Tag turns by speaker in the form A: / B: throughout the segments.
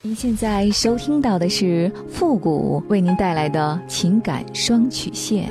A: 您现在收听到的是复古为您带来的情感双曲线。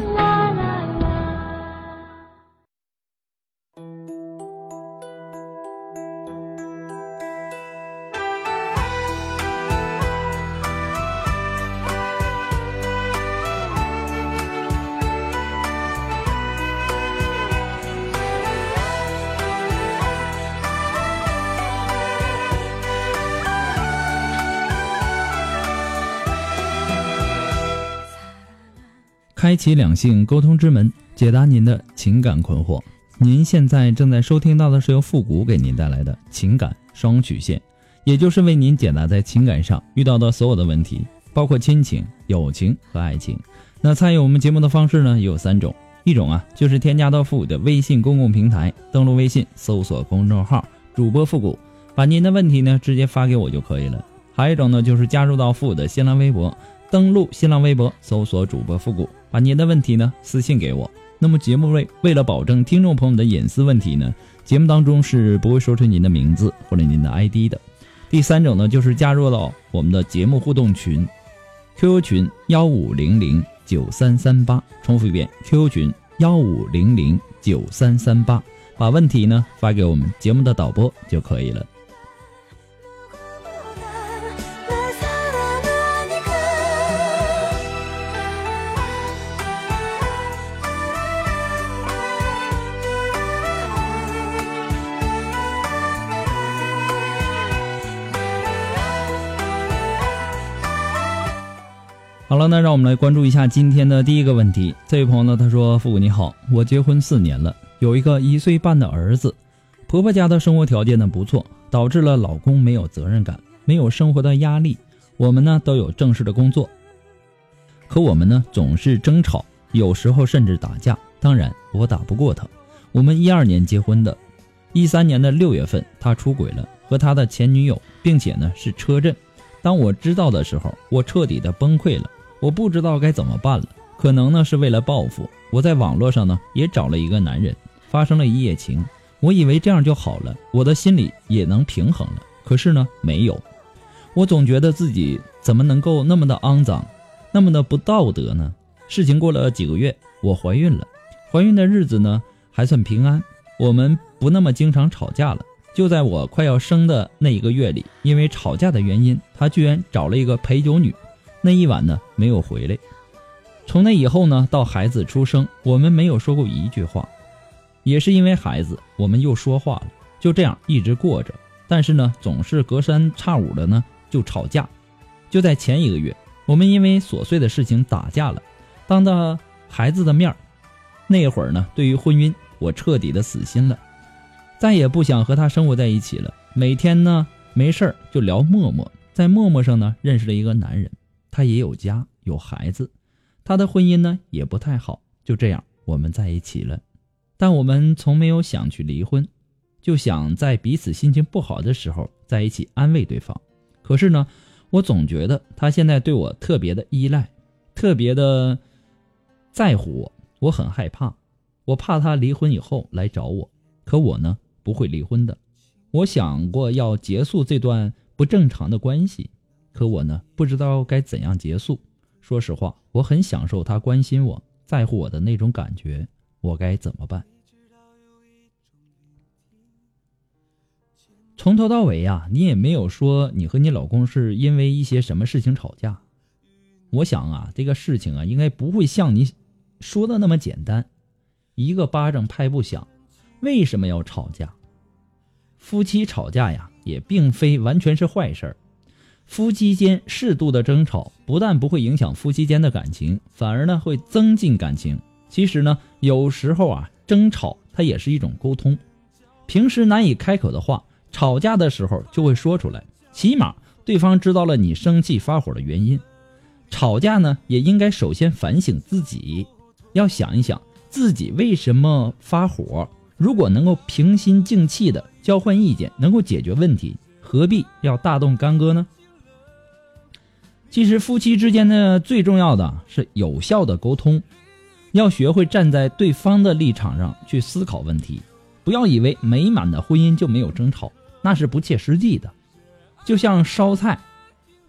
B: 开启两性沟通之门，解答您的情感困惑。您现在正在收听到的是由复古给您带来的情感双曲线，也就是为您解答在情感上遇到的所有的问题，包括亲情、友情和爱情。那参与我们节目的方式呢，也有3种。一种就是添加到复古的微信公共平台，登录微信搜索公众号主播复古，把您的问题呢直接发给我就可以了。还有一种呢，就是加入到复古的新浪微博，登录新浪微博搜索主播复古，把您的问题呢私信给我。那么节目为了保证听众朋友的隐私问题呢，节目当中是不会说出您的名字或者您的 ID 的。第3种呢，就是加入到我们的节目互动群 QQ 群15009338，重复一遍 QQ 群15009338，把问题呢发给我们节目的导播就可以了。好了，那让我们来关注一下今天的第一个问题。这位朋友呢，他说：复古你好，我结婚4年了，有一个1岁半的儿子，婆婆家的生活条件呢不错，导致了老公没有责任感，没有生活的压力。我们呢都有正式的工作，可我们呢总是争吵，有时候甚至打架。当然我打不过他。我们12年结婚的，13年的6月份他出轨了，和他的前女友，并且呢是车震。当我知道的时候，我彻底的崩溃了，我不知道该怎么办了。可能呢是为了报复，我在网络上呢也找了一个男人，发生了一夜情。我以为这样就好了，我的心里也能平衡了。可是呢没有，我总觉得自己怎么能够那么的肮脏，那么的不道德呢？事情过了几个月，我怀孕了。怀孕的日子呢还算平安，我们不那么经常吵架了。就在我快要生的那1个月里，因为吵架的原因，他居然找了一个陪酒女。那一晚呢没有回来。从那以后呢，到孩子出生，我们没有说过一句话。也是因为孩子，我们又说话了。就这样一直过着，但是呢总是隔3差5的呢就吵架。就在前1个月，我们因为琐碎的事情打架了。当着孩子的面，那会儿呢对于婚姻我彻底的死心了，再也不想和他生活在一起了。每天呢没事就聊陌陌，在陌陌上呢认识了一个男人，他也有家有孩子，他的婚姻呢也不太好。就这样我们在一起了，但我们从没有想去离婚，就想在彼此心情不好的时候在一起安慰对方。可是呢我总觉得他现在对我特别的依赖，特别的在乎我，我很害怕，我怕他离婚以后来找我。可我呢不会离婚的，我想过要结束这段不正常的关系，可我呢不知道该怎样结束。说实话，我很享受他关心我在乎我的那种感觉，我该怎么办？从头到尾啊，你也没有说你和你老公是因为一些什么事情吵架。我想啊，这个事情啊应该不会像你说的那么简单，一个巴掌拍不响。为什么要吵架？夫妻吵架呀也并非完全是坏事儿。夫妻间适度的争吵不但不会影响夫妻间的感情，反而呢会增进感情。其实呢有时候啊争吵它也是一种沟通，平时难以开口的话，吵架的时候就会说出来，起码对方知道了你生气发火的原因。吵架呢也应该首先反省自己，要想一想自己为什么发火，如果能够平心静气的交换意见，能够解决问题，何必要大动干戈呢？其实夫妻之间的最重要的是有效的沟通，要学会站在对方的立场上去思考问题，不要以为美满的婚姻就没有争吵，那是不切实际的。就像烧菜，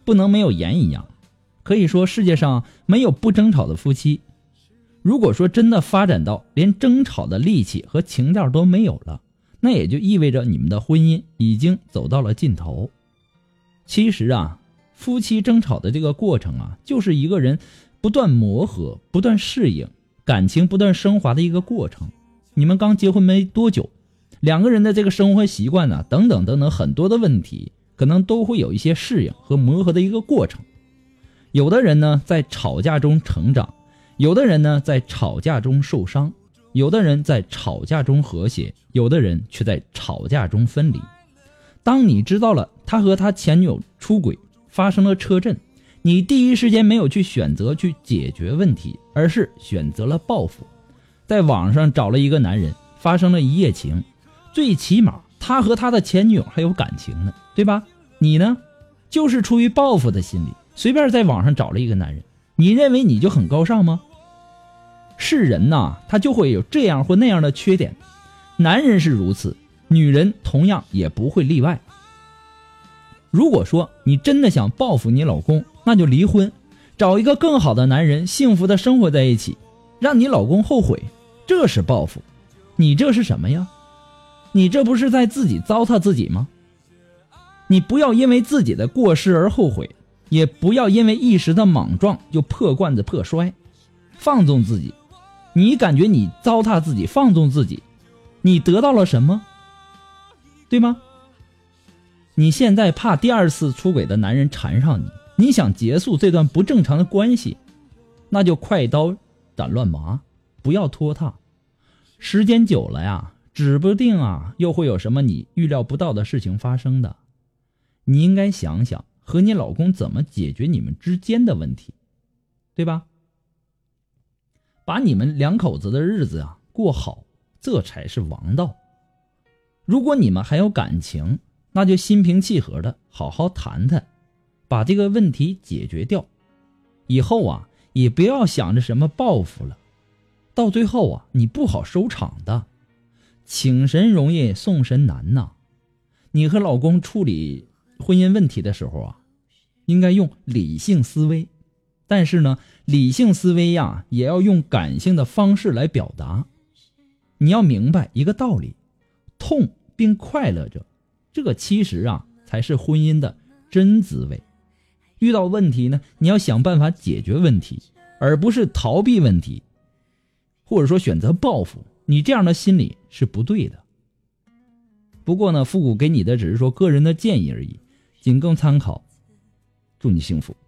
B: 不能没有盐一样。可以说世界上没有不争吵的夫妻。如果说真的发展到连争吵的力气和情调都没有了，那也就意味着你们的婚姻已经走到了尽头。其实啊，夫妻争吵的这个过程啊，就是一个人不断磨合、不断适应、感情不断升华的一个过程。你们刚结婚没多久，两个人的这个生活习惯啊，等等等等很多的问题，可能都会有一些适应和磨合的一个过程。有的人呢在吵架中成长，有的人呢在吵架中受伤，有的人在吵架中和谐，有的人却在吵架中分离。当你知道了他和他前女友出轨，发生了车震，你第一时间没有去选择去解决问题，而是选择了报复。在网上找了一个男人，发生了一夜情，最起码他和他的前女友还有感情呢，对吧？你呢，就是出于报复的心理，随便在网上找了一个男人，你认为你就很高尚吗？是人呐，他就会有这样或那样的缺点，男人是如此，女人同样也不会例外。如果说你真的想报复你老公，那就离婚，找一个更好的男人，幸福的生活在一起，让你老公后悔，这是报复。你这是什么呀？你这不是在自己糟蹋自己吗？你不要因为自己的过失而后悔，也不要因为一时的莽撞就破罐子破摔，放纵自己。你感觉你糟蹋自己，放纵自己，你得到了什么？对吗？你现在怕第二次出轨的男人缠上你，你想结束这段不正常的关系，那就快刀斩乱麻，不要拖沓。时间久了呀，指不定啊又会有什么你预料不到的事情发生的。你应该想想和你老公怎么解决你们之间的问题，对吧？把你们两口子的日子啊过好，这才是王道。如果你们还有感情，那就心平气和的好好谈谈，把这个问题解决掉。以后啊也不要想着什么报复了，到最后啊你不好收场的。请神容易送神难呐。你和老公处理婚姻问题的时候啊，应该用理性思维，但是呢理性思维呀也要用感性的方式来表达。你要明白一个道理，痛并快乐着，这个其实啊才是婚姻的真滋味。遇到问题呢，你要想办法解决问题，而不是逃避问题，或者说选择报复。你这样的心理是不对的。不过呢，复古给你的只是说个人的建议而已，仅供参考。祝你幸福。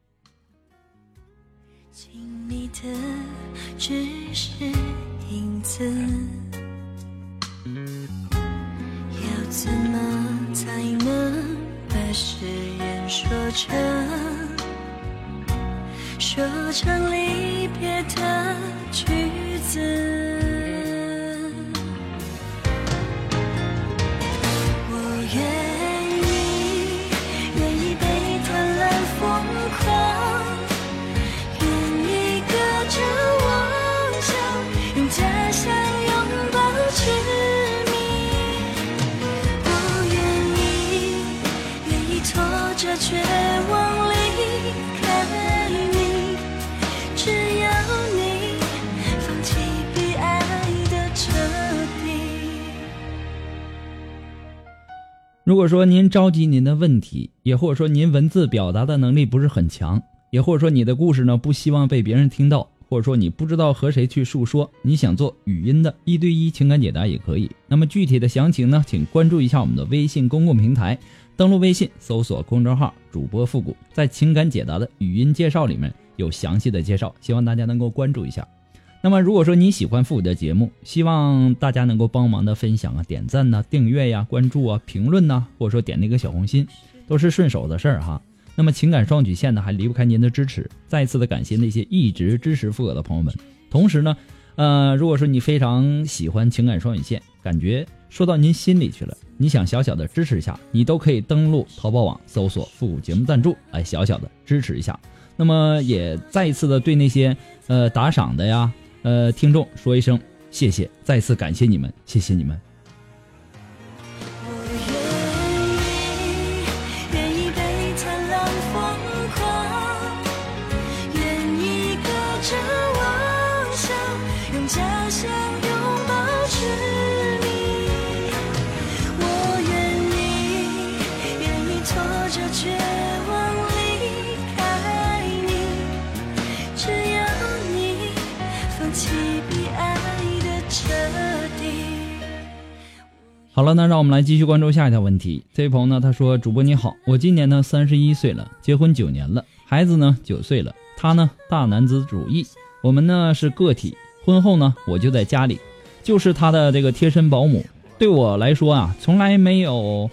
C: 亲密的只是影子，要怎么才能把誓言说成离别的句子？这绝望离开你，只要你放弃被爱的彻底。
B: 如果说您着急您的问题，也或者说您文字表达的能力不是很强，也或者说你的故事呢不希望被别人听到，或者说你不知道和谁去诉说，你想做语音的1对1情感解答也可以。那么具体的详情呢，请关注一下我们的微信公共平台，登录微信搜索公众号主播复古，在情感解答的语音介绍里面有详细的介绍，希望大家能够关注一下。那么如果说你喜欢复古的节目，希望大家能够帮忙的分享啊、点赞啊、订阅呀、关注啊、评论啊，或者说点那个小红心，都是顺手的事儿哈。那么情感双曲线呢，还离不开您的支持，再次的感谢那些一直支持复古的朋友们。同时呢如果说你非常喜欢情感双曲线，感觉说到您心里去了，你想小小的支持一下，你都可以登录淘宝网搜索复古节目赞助，来小小的支持一下。那么也再一次的对那些打赏的呀听众说一声谢谢，再次感谢你们，谢谢你们。
C: 我愿意被贪婪着绝望离开你，只要你放弃比爱的彻底。
B: 好了，那让我们来继续关注下一条问题。这位朋友呢，他说：主播你好，我今年呢31岁了，结婚9年了，孩子呢9岁了，他呢大男子主义，我们呢是个体，婚后呢我就在家里，就是他的这个贴身保姆。对我来说啊，从来没有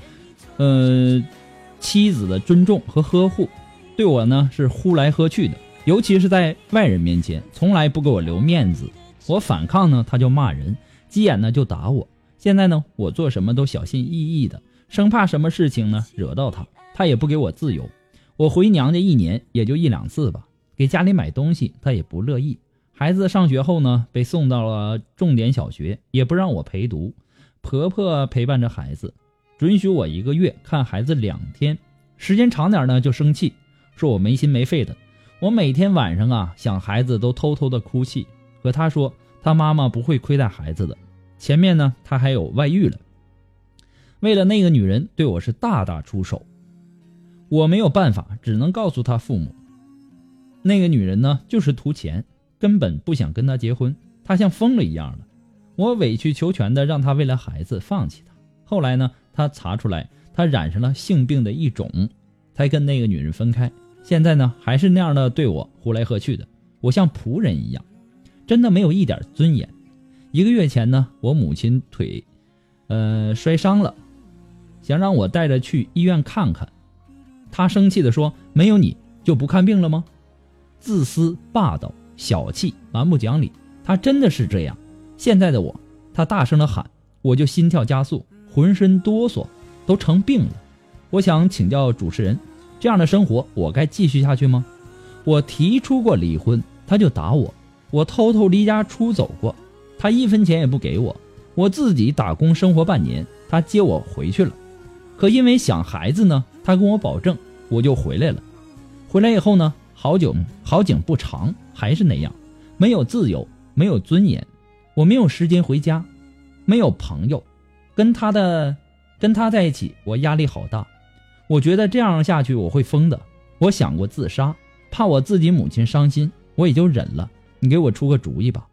B: 妻子的尊重和呵护，对我呢是呼来喝去的，尤其是在外人面前从来不给我留面子。我反抗呢他就骂人，急眼呢就打我。现在呢我做什么都小心翼翼的，生怕什么事情呢惹到他，他也不给我自由。我回娘家1年也就1、2次吧，给家里买东西他也不乐意。孩子上学后呢被送到了重点小学，也不让我陪读，婆婆陪伴着孩子，准许我1个月看孩子2天，时间长点呢就生气，说我没心没肺的。我每天晚上啊想孩子都偷偷的哭泣，和他说他妈妈不会亏待孩子的。前面呢他还有外遇了，为了那个女人对我是大打出手。我没有办法，只能告诉他父母，那个女人呢就是图钱，根本不想跟他结婚，他像疯了一样的。我委曲求全的让他为了孩子放弃他。后来呢他查出来他染上了性病的一种，才跟那个女人分开。现在呢还是那样的对我呼来喝去的，我像仆人一样，真的没有一点尊严。1个月前呢我母亲腿摔伤了，想让我带着去医院看看，他生气地说，没有你就不看病了吗？自私霸道小气蛮不讲理，他真的是这样。现在的我，他大声地喊，我就心跳加速，浑身哆嗦，都成病了。我想请教主持人，这样的生活我该继续下去吗？我提出过离婚，他就打我，我偷偷离家出走过，他1分钱也不给我，我自己打工生活半年，他接我回去了。可因为想孩子呢，他跟我保证，我就回来了。回来以后呢，好景不长，还是那样，没有自由，没有尊严，我没有时间回家，没有朋友，跟他在一起，我压力好大。我觉得这样下去我会疯的，我想过自杀，怕我自己母亲伤心，我也就忍了。你给我出个主意吧。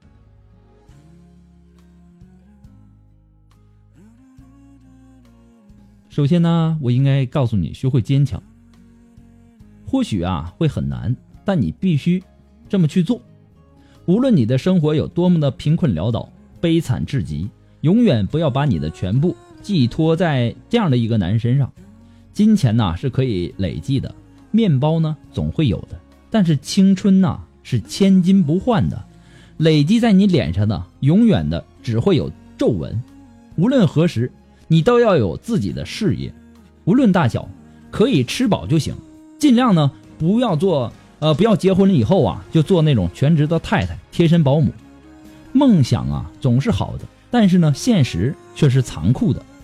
B: 首先呢，我应该告诉你，学会坚强。或许啊会很难，但你必须这么去做。无论你的生活有多么的贫困潦倒、悲惨至极，永远不要把你的全部寄托在这样的一个男人身上。金钱呢是可以累积的，面包呢总会有的，但是青春呢是千金不换的，累积在你脸上的永远的只会有皱纹。无论何时，你都要有自己的事业，无论大小，可以吃饱就行。尽量呢不要结婚了以后啊就做那种全职的太太、贴身保姆。梦想啊总是好的，但是呢现实却是残酷的。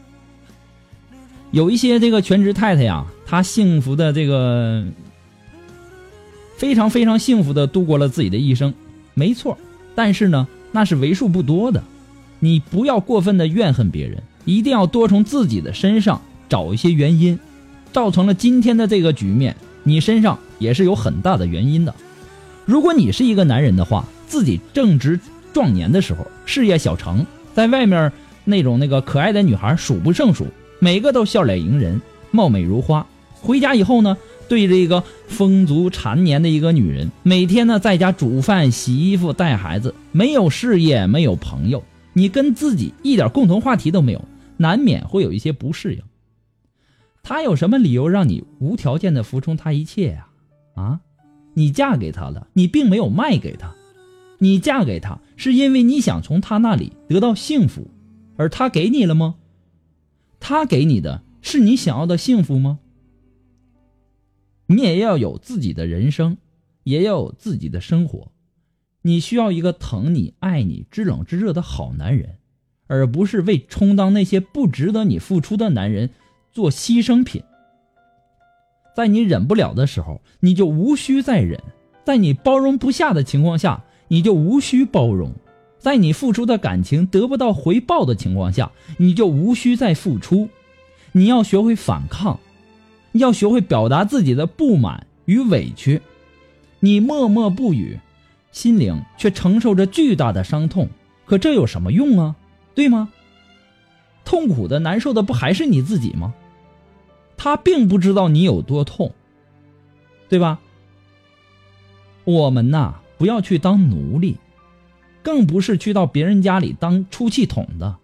B: 有一些这个全职太太呀，她幸福的这个非常非常幸福的度过了自己的一生，没错，但是呢那是为数不多的。你不要过分的怨恨别人，一定要多从自己的身上找一些原因，造成了今天的这个局面，你身上也是有很大的原因的。如果你是一个男人的话，自己正值壮年的时候，事业小成，在外面那个可爱的女孩数不胜数，每个都笑脸迎人，貌美如花。回家以后呢，对着一个风烛残年的一个女人，每天呢在家煮饭、洗衣服、带孩子，没有事业，没有朋友，你跟自己一点共同话题都没有，难免会有一些不适应。他有什么理由让你无条件的服从他一切呀？你嫁给他了，你并没有卖给他，你嫁给他是因为你想从他那里得到幸福，而他给你了吗？他给你的是你想要的幸福吗？你也要有自己的人生，也要有自己的生活。你需要一个疼你、爱你、知冷知热的好男人，而不是为充当那些不值得你付出的男人做牺牲品。在你忍不了的时候，你就无需再忍；在你包容不下的情况下，你就无需包容；在你付出的感情得不到回报的情况下，你就无需再付出。你要学会反抗， 你要学会表达自己的不满与委屈。你默默不语，心灵却承受着巨大的伤痛，可这有什么用啊？对吗？痛苦的难受的不还是你自己吗？他并不知道你有多痛，对吧？我们呐，不要去当奴隶，更不是去到别人家里当出气筒的。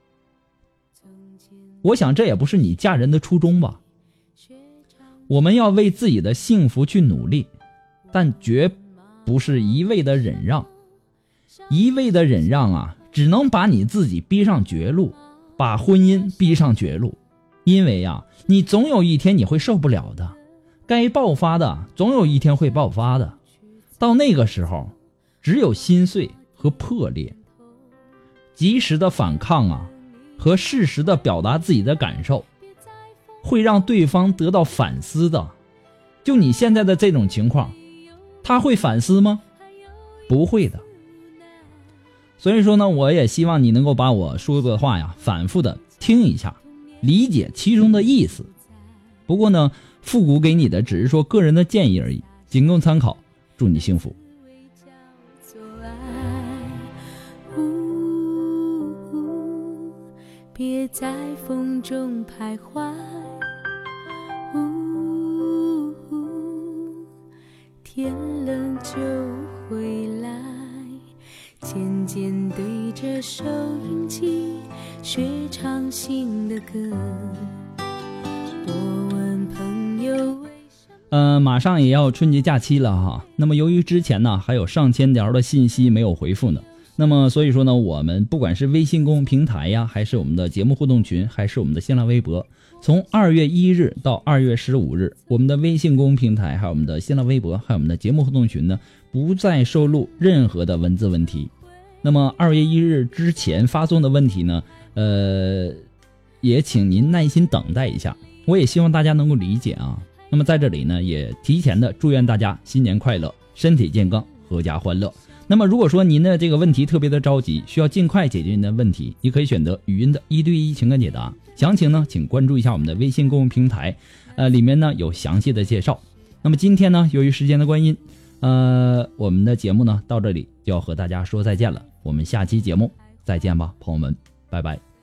B: 我想这也不是你嫁人的初衷吧。我们要为自己的幸福去努力，但绝不是一味的忍让。一味的忍让啊，只能把你自己逼上绝路，把婚姻逼上绝路。因为啊，你总有一天你会受不了的，该爆发的总有一天会爆发的。到那个时候，只有心碎和破裂。及时的反抗啊，和适时的表达自己的感受，会让对方得到反思的。就你现在的这种情况，他会反思吗？不会的。所以说呢，我也希望你能够把我说过的话呀，反复的听一下，理解其中的意思。不过呢，复古给你的只是说个人的建议而已，仅供参考。祝你幸福。
C: 别在风中徘徊，天冷就回来，渐渐对着收音机学唱新的歌。我问朋友
B: 马上也要春节假期了哈。那么由于之前呢还有上千条的信息没有回复呢，那么所以说呢，我们不管是微信公众平台呀，还是我们的节目互动群，还是我们的新浪微博，从2月1日到2月15日，我们的微信公众平台，还有我们的新浪微博，还有我们的节目互动群呢，不再收录任何的文字问题。那么2月1日之前发送的问题呢，也请您耐心等待一下，我也希望大家能够理解啊。那么在这里呢，也提前的祝愿大家新年快乐，身体健康，阖家欢乐。那么如果说您的这个问题特别的着急，需要尽快解决您的问题，你可以选择语音的1对1情感解答。详情呢，请关注一下我们的微信公众平台，里面呢有详细的介绍。那么今天呢，由于时间的关系，我们的节目呢到这里就要和大家说再见了。我们下期节目再见吧，朋友们，拜拜。